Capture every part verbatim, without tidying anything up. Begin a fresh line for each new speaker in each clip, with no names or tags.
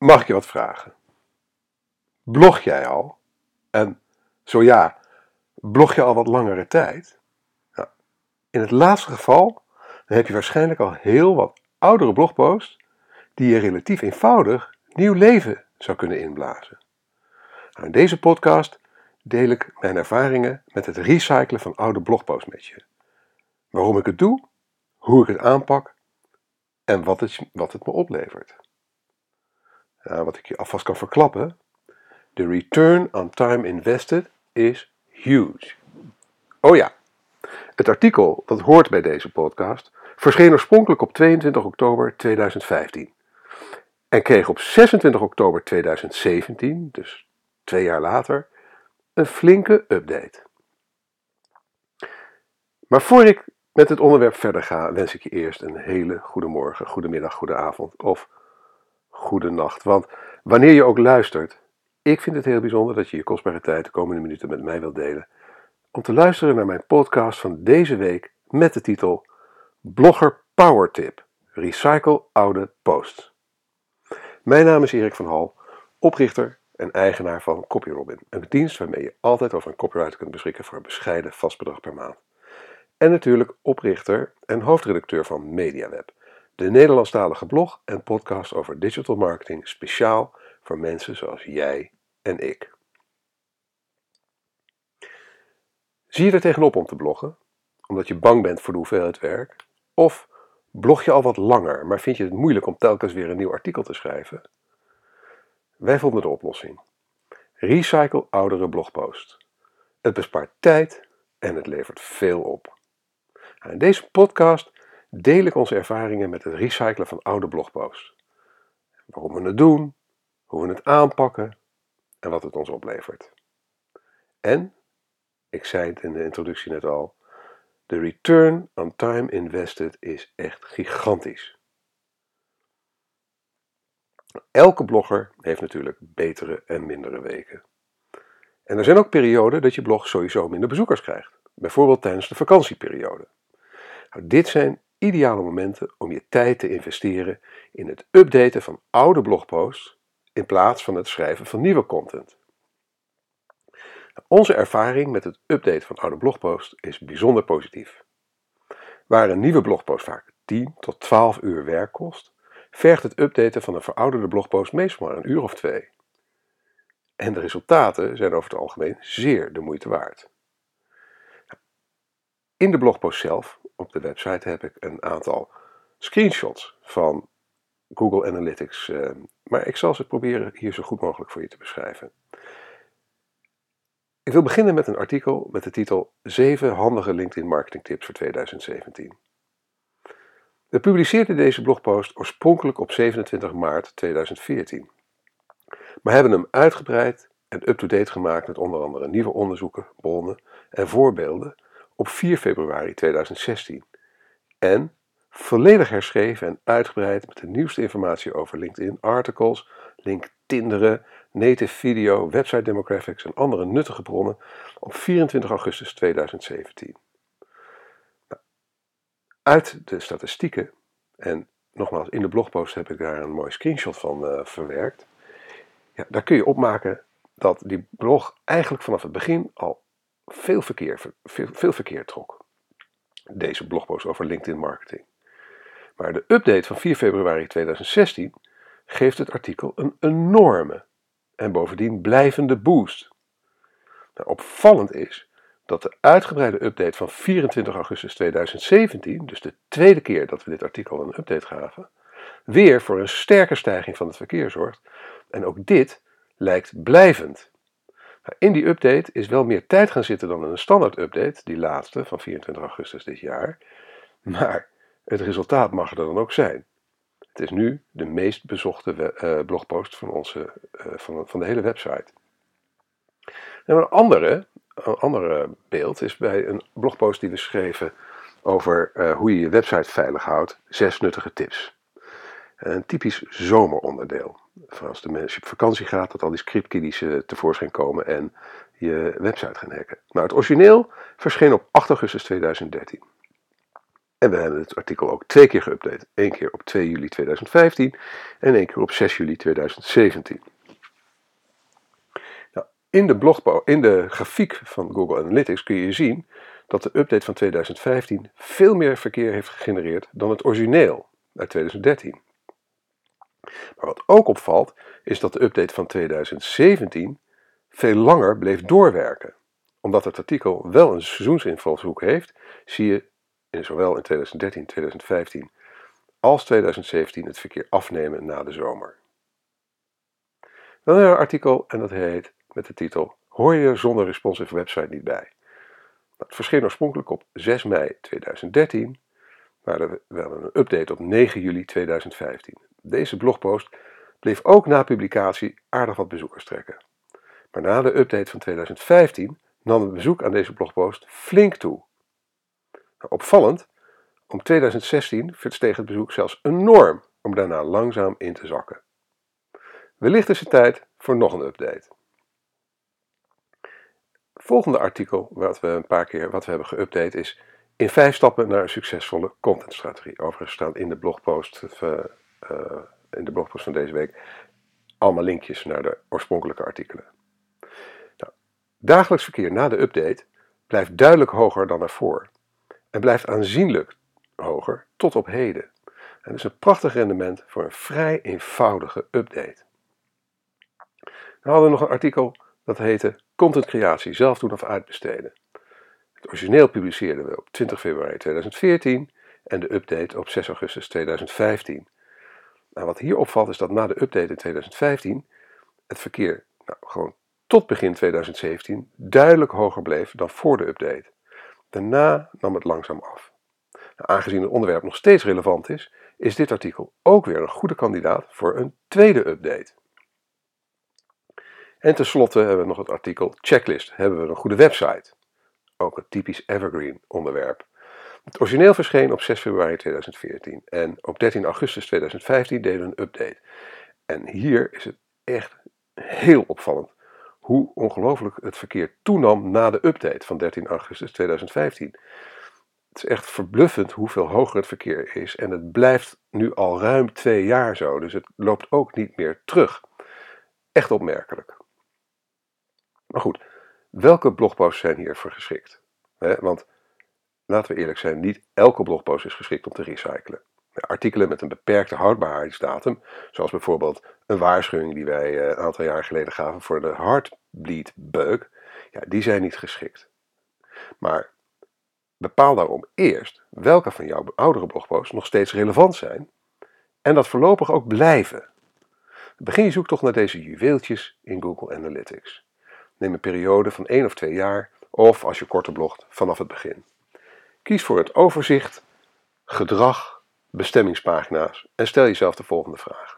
Mag ik je wat vragen? Blog jij al? En zo ja, blog je al wat langere tijd? Nou, in het laatste geval dan heb je waarschijnlijk al heel wat oudere blogposts die je relatief eenvoudig nieuw leven zou kunnen inblazen. Nou, in deze podcast deel ik mijn ervaringen met het recyclen van oude blogposts met je. Waarom ik het doe, hoe ik het aanpak en wat het, wat het me oplevert. Nou, wat ik je alvast kan verklappen, de return on time invested is huge. Oh ja, het artikel dat hoort bij deze podcast verscheen oorspronkelijk op tweeëntwintig oktober tweeduizend vijftien en kreeg op zesentwintig oktober tweeduizend zeventien, dus twee jaar later, een flinke update. Maar voor ik met het onderwerp verder ga, wens ik je eerst een hele goede morgen, goede middag, goede avond of goede nacht. Want wanneer je ook luistert, ik vind het heel bijzonder dat je je kostbare tijd de komende minuten met mij wilt delen om te luisteren naar mijn podcast van deze week met de titel Blogger Power Tip: Recycle oude posts. Mijn naam is Erik van Hal, oprichter en eigenaar van CopyRobin, een dienst waarmee je altijd over een copywriter kunt beschikken voor een bescheiden vast bedrag per maand. En natuurlijk oprichter en hoofdredacteur van MediaWeb, de Nederlandstalige blog en podcast over digital marketing speciaal voor mensen zoals jij en ik. Zie je er tegenop om te bloggen, omdat je bang bent voor de hoeveelheid werk? Of blog je al wat langer, maar vind je het moeilijk om telkens weer een nieuw artikel te schrijven? Wij vonden de oplossing. Recycle oudere blogposts. Het bespaart tijd en het levert veel op. In deze podcast deel ik onze ervaringen met het recyclen van oude blogposts. Waarom we het doen, hoe we het aanpakken en wat het ons oplevert. En, ik zei het in de introductie net al, de return on time invested is echt gigantisch. Elke blogger heeft natuurlijk betere en mindere weken. En er zijn ook perioden dat je blog sowieso minder bezoekers krijgt. Bijvoorbeeld tijdens de vakantieperiode. Nou, dit zijn ideale momenten om je tijd te investeren in het updaten van oude blogposts in plaats van het schrijven van nieuwe content. Nou, onze ervaring met het updaten van oude blogposts is bijzonder positief. Waar een nieuwe blogpost vaak tien tot twaalf uur werk kost, vergt het updaten van een verouderde blogpost meestal maar een uur of twee. En de resultaten zijn over het algemeen zeer de moeite waard. In de blogpost zelf, op de website, heb ik een aantal screenshots van Google Analytics, eh, maar ik zal ze proberen hier zo goed mogelijk voor je te beschrijven. Ik wil beginnen met een artikel met de titel zeven handige LinkedIn marketing tips voor tweeduizend zeventien. We publiceerden deze blogpost oorspronkelijk op zevenentwintig maart tweeduizend veertien, maar hebben hem uitgebreid en up-to-date gemaakt met onder andere nieuwe onderzoeken, bronnen en voorbeelden op vier februari tweeduizend zestien en volledig herschreven en uitgebreid met de nieuwste informatie over LinkedIn articles, LinkedInderen, native video, website demographics en andere nuttige bronnen op vierentwintig augustus tweeduizend zeventien. Nou, uit de statistieken, en nogmaals in de blogpost heb ik daar een mooi screenshot van uh, verwerkt, ja, daar kun je opmaken dat die blog eigenlijk vanaf het begin al veel verkeer, veel, veel verkeer trok. Deze blogpost over LinkedIn marketing. Maar de update van vier februari tweeduizend zestien geeft het artikel een enorme en bovendien blijvende boost. Nou, opvallend is dat de uitgebreide update van vierentwintig augustus tweeduizend zeventien, dus de tweede keer dat we dit artikel een update gaven, weer voor een sterke stijging van het verkeer zorgt. En ook dit lijkt blijvend. In die update is wel meer tijd gaan zitten dan in een standaard update, die laatste van vierentwintig augustus dit jaar. Maar het resultaat mag er dan ook zijn. Het is nu de meest bezochte uh, blogpost van, onze, uh, van, van de hele website. En een andere, een andere beeld is bij een blogpost die we schreven over uh, hoe je je website veilig houdt. Zes nuttige tips. Een typisch zomeronderdeel. Voor als de mensen op vakantie gaat, dat al die scriptkiddies uh, tevoorschijn komen en je website gaan hacken. Nou, het origineel verscheen op acht augustus tweeduizend dertien. En we hebben het artikel ook twee keer geüpdate. Eén keer op twee juli tweeduizend vijftien en één keer op zes juli tweeduizend zeventien. Nou, in, de blogpo- in de grafiek van Google Analytics kun je zien dat de update van tweeduizend vijftien veel meer verkeer heeft gegenereerd dan het origineel uit tweeduizend dertien. Maar wat ook opvalt is dat de update van tweeduizend zeventien veel langer bleef doorwerken. Omdat het artikel wel een seizoensinvalshoek heeft, zie je in zowel in tweeduizend dertien, tweeduizend vijftien als tweeduizend zeventien het verkeer afnemen na de zomer. Dan hebben we een artikel en dat heet met de titel Hoor je zonder responsive website niet bij? Het verscheen oorspronkelijk op zes mei tweeduizend dertien, maar we hebben een update op negen juli tweeduizend vijftien. Deze blogpost bleef ook na publicatie aardig wat bezoekers trekken. Maar na de update van tweeduizend vijftien nam het bezoek aan deze blogpost flink toe. Nou, opvallend, om tweeduizend zestien steeg het bezoek zelfs enorm om daarna langzaam in te zakken. Wellicht is het tijd voor nog een update. Het volgende artikel wat we een paar keer wat we hebben geüpdate is in vijf stappen naar een succesvolle contentstrategie. Overigens staan in de blogpost, uh, uh, in de blogpost van deze week allemaal linkjes naar de oorspronkelijke artikelen. Nou, dagelijks verkeer na de update blijft duidelijk hoger dan ervoor en blijft aanzienlijk hoger tot op heden. En dat is een prachtig rendement voor een vrij eenvoudige update. We hadden nog een artikel dat heette Contentcreatie zelf doen of uitbesteden. Het origineel publiceerden we op twintig februari tweeduizend veertien en de update op zes augustus tweeduizend vijftien. Nou, wat hier opvalt is dat na de update in tweeduizend vijftien het verkeer nou, gewoon tot begin tweeduizend zeventien duidelijk hoger bleef dan voor de update. Daarna nam het langzaam af. Nou, aangezien het onderwerp nog steeds relevant is, is dit artikel ook weer een goede kandidaat voor een tweede update. En tenslotte hebben we nog het artikel Checklist. Hebben we een goede website? Ook een typisch evergreen onderwerp. Het origineel verscheen op zes februari tweeduizend veertien en op dertien augustus tweeduizend vijftien deden we een update. En hier is het echt heel opvallend hoe ongelooflijk het verkeer toenam na de update van dertien augustus tweeduizend vijftien. Het is echt verbluffend hoeveel hoger het verkeer is en het blijft nu al ruim twee jaar zo, dus het loopt ook niet meer terug. Echt opmerkelijk. Maar goed, welke blogposts zijn hiervoor geschikt? He, want laten we eerlijk zijn, niet elke blogpost is geschikt om te recyclen. Artikelen met een beperkte houdbaarheidsdatum, zoals bijvoorbeeld een waarschuwing die wij een aantal jaar geleden gaven voor de heartbleed-beuk, ja, die zijn niet geschikt. Maar bepaal daarom eerst welke van jouw oudere blogposts nog steeds relevant zijn en dat voorlopig ook blijven. Begin je zoektocht naar deze juweeltjes in Google Analytics. Neem een periode van één of twee jaar of, als je korter blogt, vanaf het begin. Kies voor het overzicht, gedrag, bestemmingspagina's en stel jezelf de volgende vragen.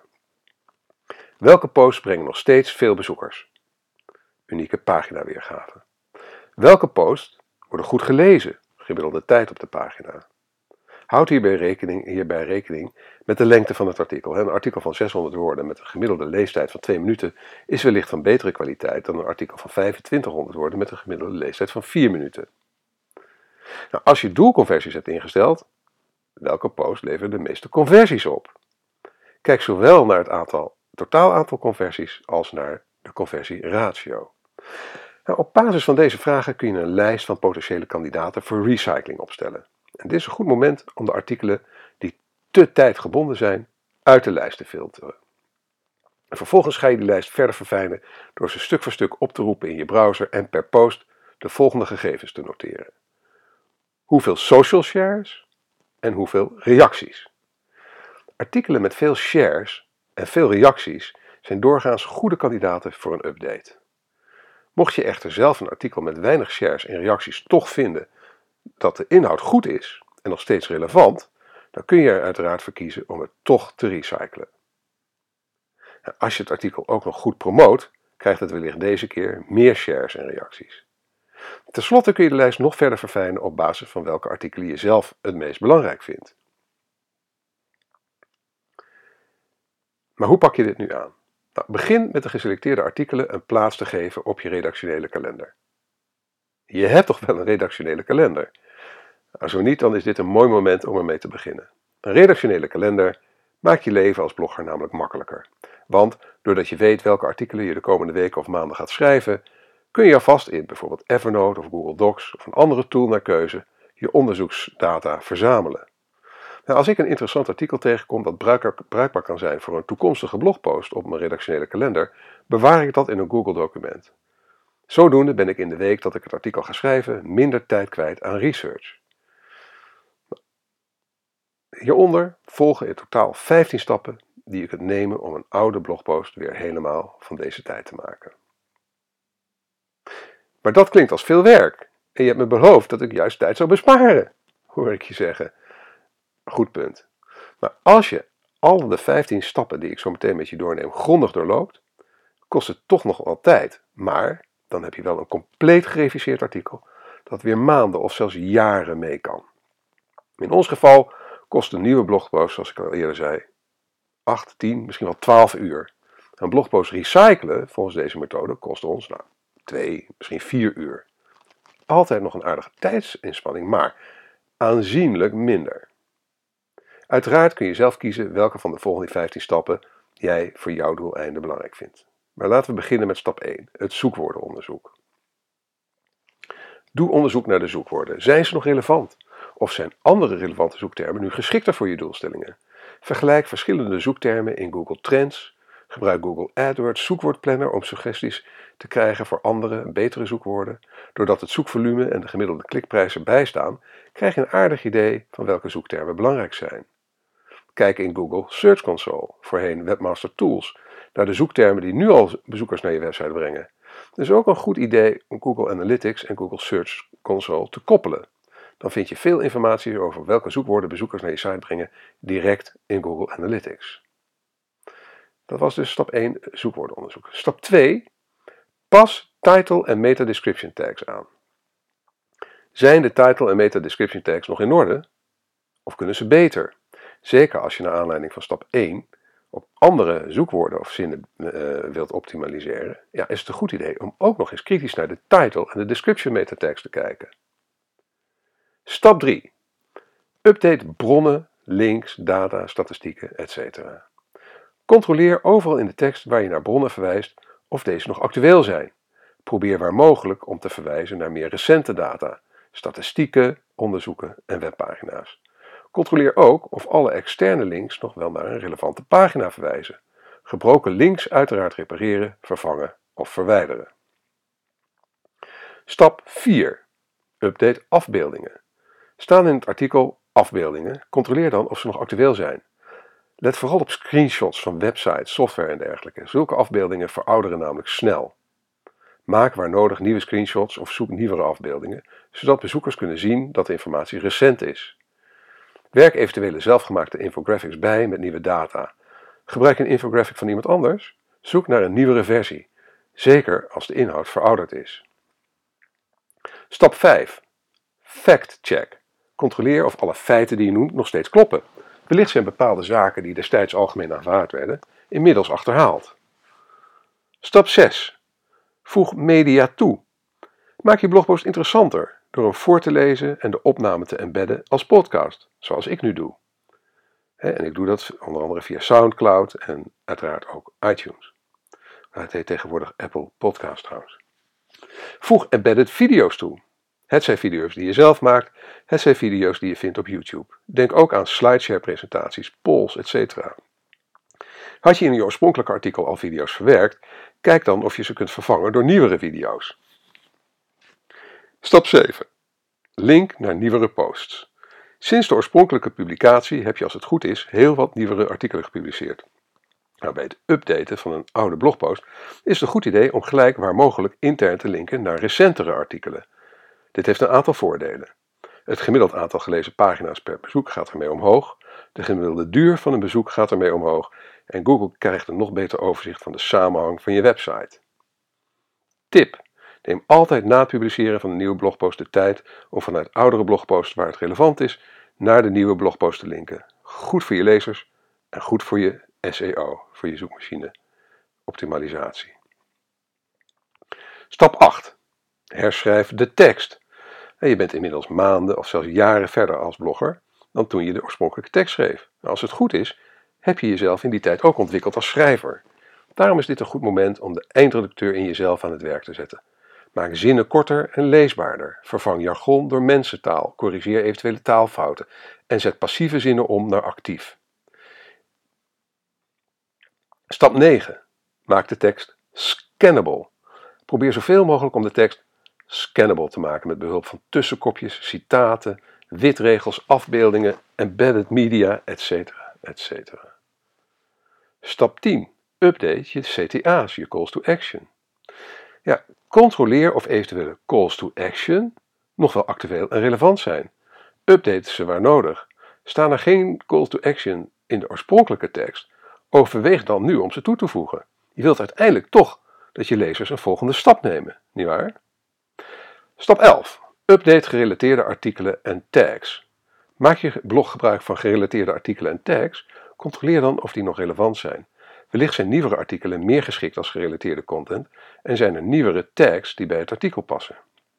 Welke posts brengen nog steeds veel bezoekers? Unieke paginaweergave. Welke posts worden goed gelezen? Gemiddelde tijd op de pagina. Houd hierbij rekening, hierbij rekening met de lengte van het artikel. Een artikel van zeshonderd woorden met een gemiddelde leestijd van twee minuten is wellicht van betere kwaliteit dan een artikel van vijfentwintighonderd woorden met een gemiddelde leestijd van vier minuten. Nou, als je doelconversies hebt ingesteld, welke post levert de meeste conversies op? Kijk zowel naar het aantal, totaal aantal conversies als naar de conversieratio. Nou, op basis van deze vragen kun je een lijst van potentiële kandidaten voor recycling opstellen. En dit is een goed moment om de artikelen die te tijdgebonden zijn uit de lijst te filteren. En vervolgens ga je die lijst verder verfijnen door ze stuk voor stuk op te roepen in je browser en per post de volgende gegevens te noteren. Hoeveel social shares en hoeveel reacties. Artikelen met veel shares en veel reacties zijn doorgaans goede kandidaten voor een update. Mocht je echter zelf een artikel met weinig shares en reacties toch vinden dat de inhoud goed is en nog steeds relevant, dan kun je er uiteraard voor kiezen om het toch te recyclen. Als je het artikel ook nog goed promoot, krijgt het wellicht deze keer meer shares en reacties. Ten slotte kun je de lijst nog verder verfijnen op basis van welke artikelen je zelf het meest belangrijk vindt. Maar hoe pak je dit nu aan? Nou, begin met de geselecteerde artikelen een plaats te geven op je redactionele kalender. Je hebt toch wel een redactionele kalender? Nou, zo niet, dan is dit een mooi moment om ermee te beginnen. Een redactionele kalender maakt je leven als blogger namelijk makkelijker. Want doordat je weet welke artikelen je de komende weken of maanden gaat schrijven, kun je alvast in bijvoorbeeld Evernote of Google Docs of een andere tool naar keuze je onderzoeksdata verzamelen. Nou, als ik een interessant artikel tegenkom dat bruikbaar kan zijn voor een toekomstige blogpost op mijn redactionele kalender, bewaar ik dat in een Google document. Zodoende ben ik in de week dat ik het artikel ga schrijven minder tijd kwijt aan research. Hieronder volgen in totaal vijftien stappen die je kunt nemen om een oude blogpost weer helemaal van deze tijd te maken. Maar dat klinkt als veel werk en je hebt me beloofd dat ik juist tijd zou besparen, hoor ik je zeggen. Goed punt. Maar als je al de vijftien stappen die ik zo meteen met je doorneem grondig doorloopt, kost het toch nog wel tijd. Maar dan heb je wel een compleet gereviseerd artikel dat weer maanden of zelfs jaren mee kan. In ons geval kost een nieuwe blogpost, zoals ik al eerder zei, acht, tien, misschien wel twaalf uur. Een blogpost recyclen volgens deze methode kost ons nou, twee, misschien vier uur. Altijd nog een aardige tijdsinspanning, maar aanzienlijk minder. Uiteraard kun je zelf kiezen welke van de volgende vijftien stappen jij voor jouw doeleinde belangrijk vindt. Maar laten we beginnen met stap één, het zoekwoordenonderzoek. Doe onderzoek naar de zoekwoorden. Zijn ze nog relevant? Of zijn andere relevante zoektermen nu geschikter voor je doelstellingen? Vergelijk verschillende zoektermen in Google Trends. Gebruik Google AdWords zoekwoordplanner om suggesties te krijgen voor andere, betere zoekwoorden. Doordat het zoekvolume en de gemiddelde klikprijs erbij staan, krijg je een aardig idee van welke zoektermen belangrijk zijn. Kijk in Google Search Console, voorheen Webmaster Tools, naar de zoektermen die nu al bezoekers naar je website brengen. Het is ook een goed idee om Google Analytics en Google Search Console te koppelen. Dan vind je veel informatie over welke zoekwoorden bezoekers naar je site brengen direct in Google Analytics. Dat was dus stap één, zoekwoordenonderzoek. Stap twee, pas title en meta description tags aan. Zijn de title en meta description tags nog in orde? Of kunnen ze beter? Zeker als je naar aanleiding van stap één op andere zoekwoorden of zinnen uh, wilt optimaliseren, ja, is het een goed idee om ook nog eens kritisch naar de title en de description meta tags te kijken. Stap drie. Update bronnen, links, data, statistieken, et cetera. Controleer overal in de tekst waar je naar bronnen verwijst of deze nog actueel zijn. Probeer waar mogelijk om te verwijzen naar meer recente data, statistieken, onderzoeken en webpagina's. Controleer ook of alle externe links nog wel naar een relevante pagina verwijzen. Gebroken links uiteraard repareren, vervangen of verwijderen. Stap vier. Update afbeeldingen. Staan in het artikel afbeeldingen, controleer dan of ze nog actueel zijn. Let vooral op screenshots van websites, software en dergelijke. Zulke afbeeldingen verouderen namelijk snel. Maak waar nodig nieuwe screenshots of zoek nieuwere afbeeldingen, zodat bezoekers kunnen zien dat de informatie recent is. Werk eventuele zelfgemaakte infographics bij met nieuwe data. Gebruik een infographic van iemand anders? Zoek naar een nieuwere versie, zeker als de inhoud verouderd is. Stap vijf. Fact check. Controleer of alle feiten die je noemt nog steeds kloppen. Wellicht zijn bepaalde zaken die destijds algemeen aanvaard werden, inmiddels achterhaald. Stap zes. Voeg media toe. Maak je blogpost interessanter door hem voor te lezen en de opname te embedden als podcast, zoals ik nu doe. En ik doe dat onder andere via SoundCloud en uiteraard ook iTunes. Het heet tegenwoordig Apple Podcast trouwens. Voeg embedded video's toe. Het zijn video's die je zelf maakt, het zijn video's die je vindt op YouTube. Denk ook aan slideshare presentaties, polls, et cetera. Had je in je oorspronkelijke artikel al video's verwerkt, kijk dan of je ze kunt vervangen door nieuwere video's. Stap zeven. Link naar nieuwere posts. Sinds de oorspronkelijke publicatie heb je als het goed is heel wat nieuwere artikelen gepubliceerd. Nou, bij het updaten van een oude blogpost is het een goed idee om gelijk waar mogelijk intern te linken naar recentere artikelen. Dit heeft een aantal voordelen. Het gemiddeld aantal gelezen pagina's per bezoek gaat ermee omhoog, de gemiddelde duur van een bezoek gaat ermee omhoog en Google krijgt een nog beter overzicht van de samenhang van je website. Tip. Neem altijd na het publiceren van een nieuwe blogpost de tijd om vanuit oudere blogposts waar het relevant is naar de nieuwe blogpost te linken. Goed voor je lezers en goed voor je S E O, voor je zoekmachine optimalisatie. Stap acht. Herschrijf de tekst. En je bent inmiddels maanden of zelfs jaren verder als blogger dan toen je de oorspronkelijke tekst schreef. Als het goed is, heb je jezelf in die tijd ook ontwikkeld als schrijver. Daarom is dit een goed moment om de eindredacteur in jezelf aan het werk te zetten. Maak zinnen korter en leesbaarder. Vervang jargon door mensentaal. Corrigeer eventuele taalfouten. En zet passieve zinnen om naar actief. Stap negen. Maak de tekst scannable. Probeer zoveel mogelijk om de tekst scannable te maken met behulp van tussenkopjes, citaten, witregels, afbeeldingen, embedded media, et cetera, et cetera. Stap tien. Update je C T A's, je calls to action. Ja, controleer of eventuele calls to action nog wel actueel en relevant zijn. Update ze waar nodig. Staan er geen call to action in de oorspronkelijke tekst, overweeg dan nu om ze toe te voegen. Je wilt uiteindelijk toch dat je lezers een volgende stap nemen, nietwaar? Stap elf. Update gerelateerde artikelen en tags. Maak je blog gebruik van gerelateerde artikelen en tags, controleer dan of die nog relevant zijn. Wellicht zijn nieuwere artikelen meer geschikt als gerelateerde content en zijn er nieuwere tags die bij het artikel passen.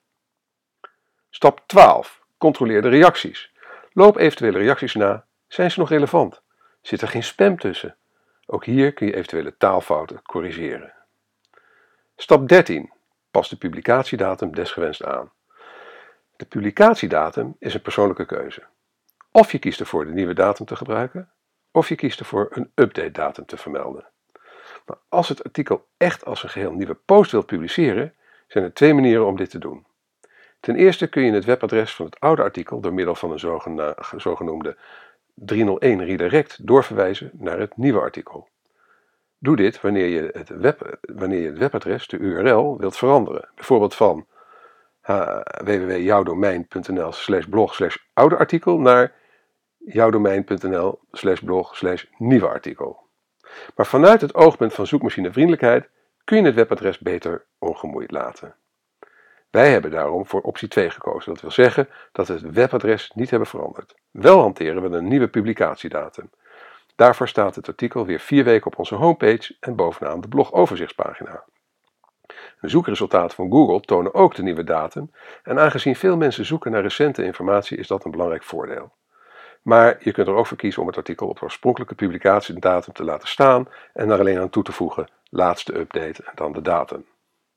Stap twaalf. Controleer de reacties. Loop eventuele reacties na. Zijn ze nog relevant? Zit er geen spam tussen? Ook hier kun je eventuele taalfouten corrigeren. Stap dertien. Pas de publicatiedatum desgewenst aan. De publicatiedatum is een persoonlijke keuze. Of je kiest ervoor de nieuwe datum te gebruiken, of je kiest ervoor een update datum te vermelden. Maar als het artikel echt als een geheel nieuwe post wilt publiceren, zijn er twee manieren om dit te doen. Ten eerste kun je het webadres van het oude artikel door middel van een zogenoemde driehonderdéén redirect doorverwijzen naar het nieuwe artikel. Doe dit wanneer je het, web, wanneer je het webadres, de U R L, wilt veranderen. Bijvoorbeeld van w w w punt jouwdomein punt n l slash blog slash oude artikel naar jouwdomein punt n l slash blog slash nieuwe artikel. Maar vanuit het oogpunt van zoekmachinevriendelijkheid kun je het webadres beter ongemoeid laten. Wij hebben daarom voor optie twee gekozen. Dat wil zeggen dat we het webadres niet hebben veranderd. Wel hanteren we een nieuwe publicatiedatum. Daarvoor staat het artikel weer vier weken op onze homepage en bovenaan de blogoverzichtspagina. De zoekresultaten van Google tonen ook de nieuwe datum en aangezien veel mensen zoeken naar recente informatie is dat een belangrijk voordeel. Maar je kunt er ook voor kiezen om het artikel op de oorspronkelijke publicatiedatum te laten staan en er alleen aan toe te voegen laatste update en dan de datum.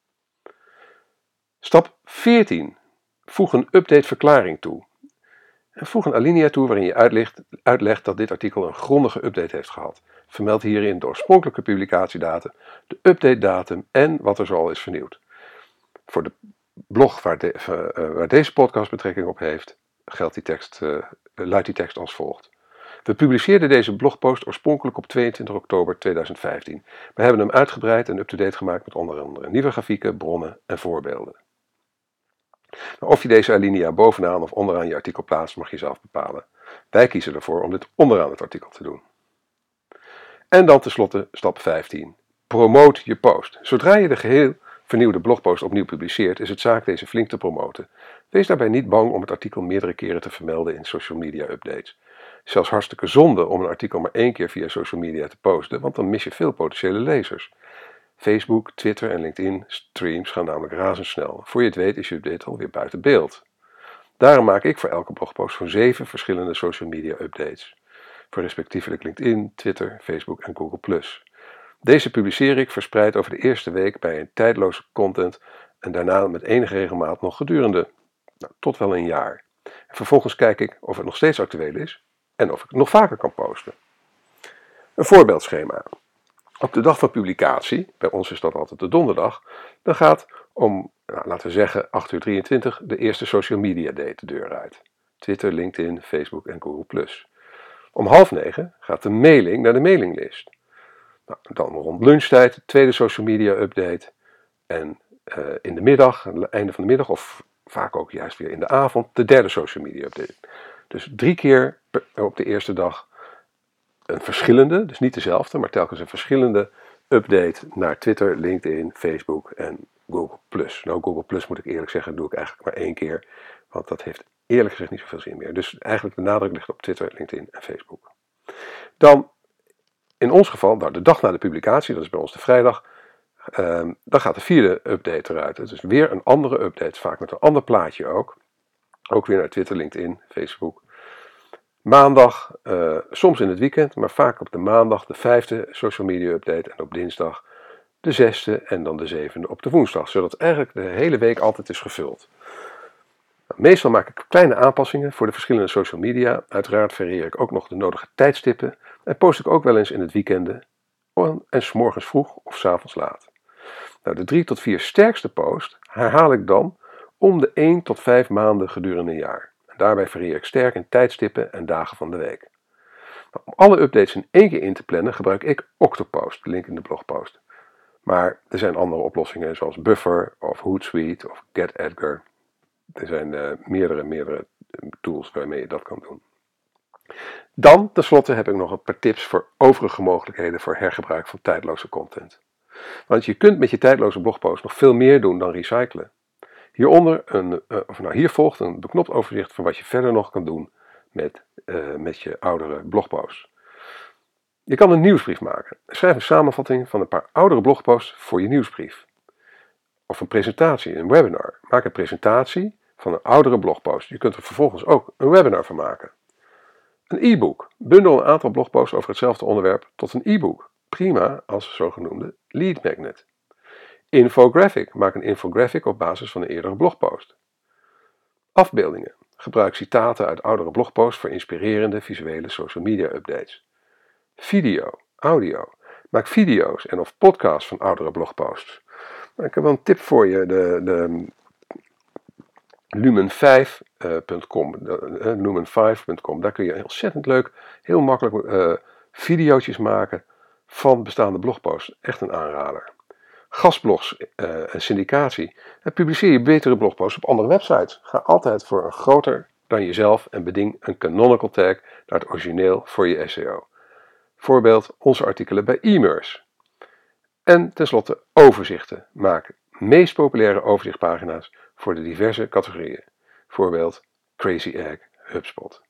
Stap veertien. Voeg een updateverklaring toe. En voeg een alinea toe waarin je uitlegt, uitlegt dat dit artikel een grondige update heeft gehad. Vermeld hierin de oorspronkelijke publicatiedatum, de updatedatum en wat er zoal is vernieuwd. Voor de blog waar, de, uh, waar deze podcast betrekking op heeft, geldt die tekst, uh, luidt die tekst als volgt. We publiceerden deze blogpost oorspronkelijk op tweeëntwintig oktober tweeduizend vijftien. We hebben hem uitgebreid en up-to-date gemaakt met onder andere nieuwe grafieken, bronnen en voorbeelden. Nou, of je deze alinea bovenaan of onderaan je artikel plaatst, mag je zelf bepalen. Wij kiezen ervoor om dit onderaan het artikel te doen. En dan tenslotte stap vijftien. Promote je post. Zodra je de geheel vernieuwde blogpost opnieuw publiceert, is het zaak deze flink te promoten. Wees daarbij niet bang om het artikel meerdere keren te vermelden in social media updates. Zelfs hartstikke zonde om een artikel maar één keer via social media te posten, want dan mis je veel potentiële lezers. Facebook, Twitter en LinkedIn streams gaan namelijk razendsnel. Voor je het weet is je update alweer buiten beeld. Daarom maak ik voor elke blogpost zo'n zeven verschillende social media updates. Voor respectievelijk LinkedIn, Twitter, Facebook en Google plus. Deze publiceer ik verspreid over de eerste week bij een tijdloze content en daarna met enige regelmaat nog gedurende nou, tot wel een jaar. En vervolgens kijk ik of het nog steeds actueel is en of ik het nog vaker kan posten. Een voorbeeldschema. Op de dag van publicatie, bij ons is dat altijd de donderdag, dan gaat om, nou, laten we zeggen, acht uur drieëntwintig de eerste social media day de deur uit. Twitter, LinkedIn, Facebook en Google plus. Om half negen gaat de mailing naar de mailinglist. Nou, dan rond lunchtijd de tweede social media update. En uh, in de middag, aan het einde van de middag of vaak ook juist weer in de avond, de derde social media update. Dus drie keer per, op de eerste dag een verschillende, dus niet dezelfde, maar telkens een verschillende update naar Twitter, LinkedIn, Facebook en Google plus. Nou, Google plus moet ik eerlijk zeggen, doe ik eigenlijk maar één keer, want dat heeft eerlijk gezegd niet zoveel zin meer. Dus eigenlijk de nadruk ligt op Twitter, LinkedIn en Facebook. Dan, in ons geval, nou, de dag na de publicatie, dat is bij ons de vrijdag, um, dan gaat de vierde update eruit. Het is weer een andere update, vaak met een ander plaatje ook. Ook weer naar Twitter, LinkedIn, Facebook. Maandag, uh, soms in het weekend, maar vaak op de maandag de vijfde social media update. En op dinsdag de zesde en dan de zevende op de woensdag. Zodat eigenlijk de hele week altijd is gevuld. Nou, meestal maak ik kleine aanpassingen voor de verschillende social media. Uiteraard varieer ik ook nog de nodige tijdstippen. En post ik ook wel eens in het weekende. En 's morgens vroeg of 's avonds laat. Nou, de drie tot vier sterkste posts herhaal ik dan om de één tot vijf maanden gedurende een jaar. En daarbij varieer ik sterk in tijdstippen en dagen van de week. Nou, om alle updates in één keer in te plannen gebruik ik Octopost, de link in de blogpost. Maar er zijn andere oplossingen zoals Buffer of Hootsuite of GetEdgar. Er zijn uh, meerdere, meerdere tools waarmee je dat kan doen. Dan, tenslotte, heb ik nog een paar tips voor overige mogelijkheden voor hergebruik van tijdloze content. Want je kunt met je tijdloze blogpost nog veel meer doen dan recyclen. Hieronder een, uh, of nou, hier volgt een beknopt overzicht van wat je verder nog kan doen met, uh, met je oudere blogposts. Je kan een nieuwsbrief maken. Schrijf een samenvatting van een paar oudere blogposts voor je nieuwsbrief. Of een presentatie, een webinar. Maak een presentatie van een oudere blogpost. Je kunt er vervolgens ook een webinar van maken. Een e-book. Bundel een aantal blogposts over hetzelfde onderwerp tot een e-book. Prima als zogenoemde lead magnet. Infographic. Maak een infographic op basis van een eerdere blogpost. Afbeeldingen. Gebruik citaten uit oudere blogposts voor inspirerende visuele social media updates. Video, audio. Maak video's en of podcasts van oudere blogposts. Ik heb wel een tip voor je. De, de lumen vijf punt com. Uh, lumen vijf punt com. Daar kun je ontzettend leuk, heel makkelijk uh, video's maken van bestaande blogposts. Echt een aanrader. Gastblogs uh, en syndicatie. En publiceer je betere blogposts op andere websites. Ga altijd voor een groter dan jezelf en beding een canonical tag naar het origineel voor je S E O. Voorbeeld onze artikelen bij e-mers. En tenslotte overzichten. Maak meest populaire overzichtpagina's voor de diverse categorieën. Voorbeeld Crazy Egg, HubSpot.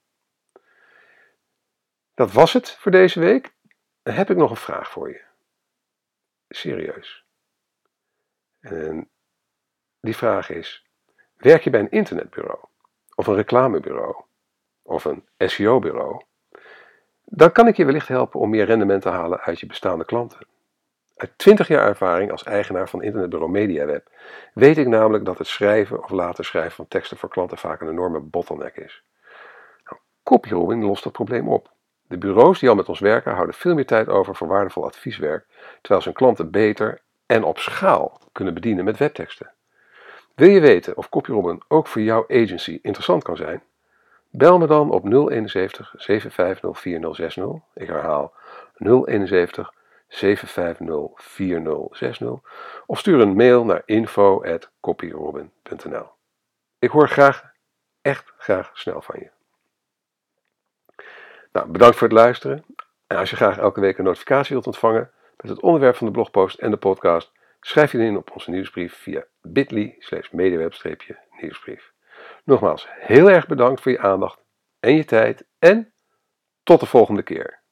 Dat was het voor deze week. Dan heb ik nog een vraag voor je. Serieus. En die vraag is: werk je bij een internetbureau? Of een reclamebureau? Of een S E O-bureau? Dan kan ik je wellicht helpen om meer rendement te halen uit je bestaande klanten. Uit twintig jaar ervaring als eigenaar van internetbureau MediaWeb weet ik namelijk dat het schrijven of laten schrijven van teksten voor klanten vaak een enorme bottleneck is. Nou, Copyrobin lost dat probleem op. De bureaus die al met ons werken houden veel meer tijd over voor waardevol advieswerk, terwijl ze hun klanten beter en op schaal kunnen bedienen met webteksten. Wil je weten of Copyrobin ook voor jouw agency interessant kan zijn? Bel me dan op nul eenenzeventig zeven vijf nul vier nul zes nul. Ik herhaal nul eenenzeventig zeven vijf nul vier nul zes nul of stuur een mail naar info at copyrobin punt n l. Ik hoor graag, echt graag snel van je. Nou, bedankt voor het luisteren. En als je graag elke week een notificatie wilt ontvangen met het onderwerp van de blogpost en de podcast, schrijf je in op onze nieuwsbrief via bit.ly slash mediaweb-nieuwsbrief. Nogmaals, heel erg bedankt voor je aandacht en je tijd en tot de volgende keer.